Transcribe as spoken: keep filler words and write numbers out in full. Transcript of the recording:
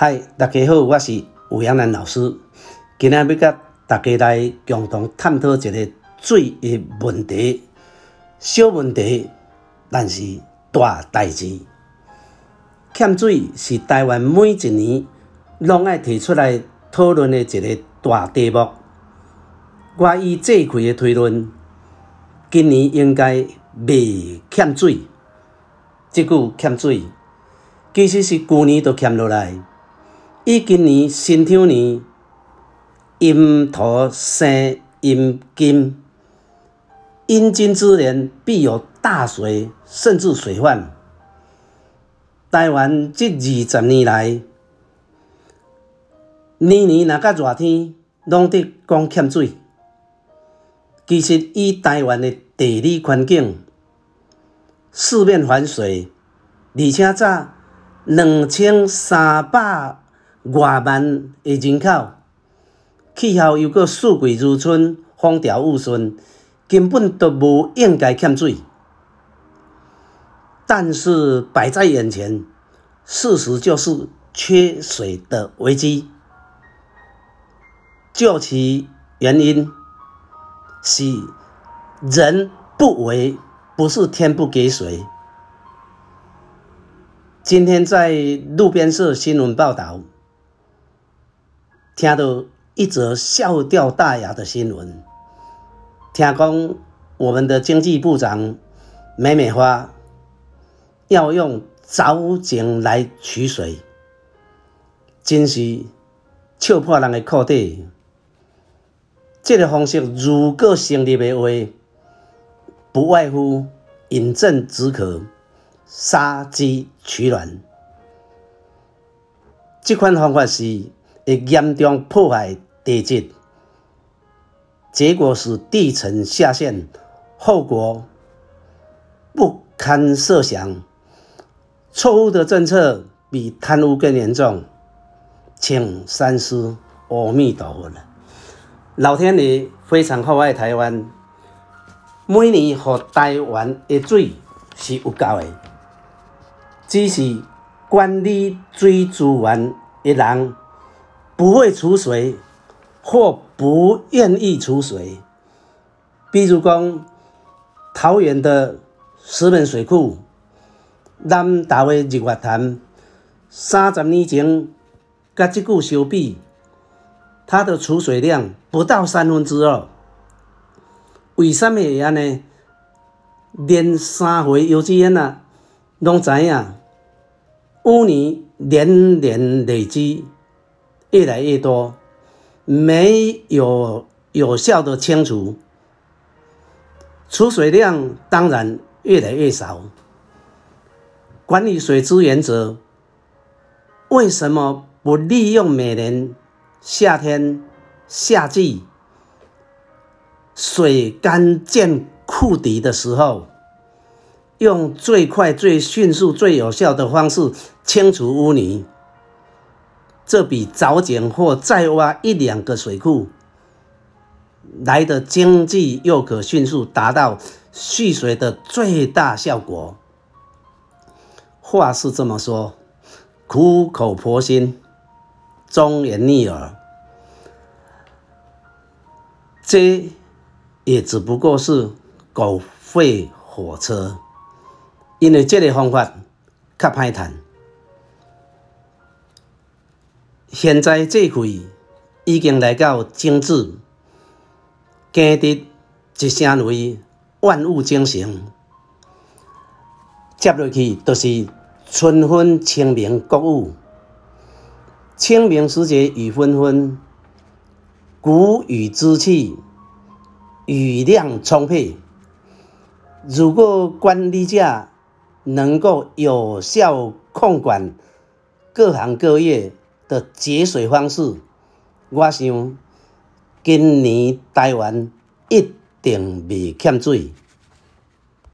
嗨，大家好，我是吴阳南老师。今天要甲大家来共同探讨一个水的问题，小问题，但是大代志。欠水是台湾每一年拢爱提出来讨论的一个大题目。我以这开的推论，今年应该未欠水。这句欠水，其实是旧年就欠落来。以今年辛丑年阴土生阴金，阴金之年必有大水，甚至水患。台湾这二十年来，年年若甲热天，拢得讲欠水。其实以台湾的地理环境，四面环水，而且早两千三百外万的人口，气候又搁四季如春，风调雨顺，根本都无应该欠水。但是摆在眼前，事实就是缺水的危机。究其原因，是人不为，不是天不给水。今天在路边社新闻报道，听到一则笑掉大牙的新闻，听讲我们的经济部长美美花要用藻井来取水，真是笑破人的裤底。这个方式如果成立的话，不外乎饮鸩止渴，杀鸡取卵。这款方法是会严重破坏地质，结果使地层下陷，后果不堪设想。错误的政策比贪污更严重，请三思，阿弥陀佛了。老天爷非常厚爱台湾，每年给台湾的水是有够的，只是管理水资源的人不会储水，或不愿意储水。比如讲，桃园的石门水库、南投的日月潭，三十年前甲这久相比，它的储水量不到三分之二。为什么会安尼？连三回幼稚园啊，拢知影，污泥年年累积，越来越多，没有有效的清除，储水量当然越来越少。管理水资源者为什么不利用每年夏天、夏季水干见库底的时候，用最快、最迅速、最有效的方式清除污泥？这比藻井或再挖一两个水库来的经济，又可迅速达到蓄水的最大效果。话是这么说，苦口婆心，忠言逆耳，这也只不过是狗吠火车，因为这个方法较歹赚。现在这气已经来到精致，经得一声雷，万物精神。接落去就是春分、清明、国雨。清明时节雨纷纷，谷雨之气，雨量充沛。如果管理者能够有效控管各行各业的节水方式，我想今年台湾一定未欠水。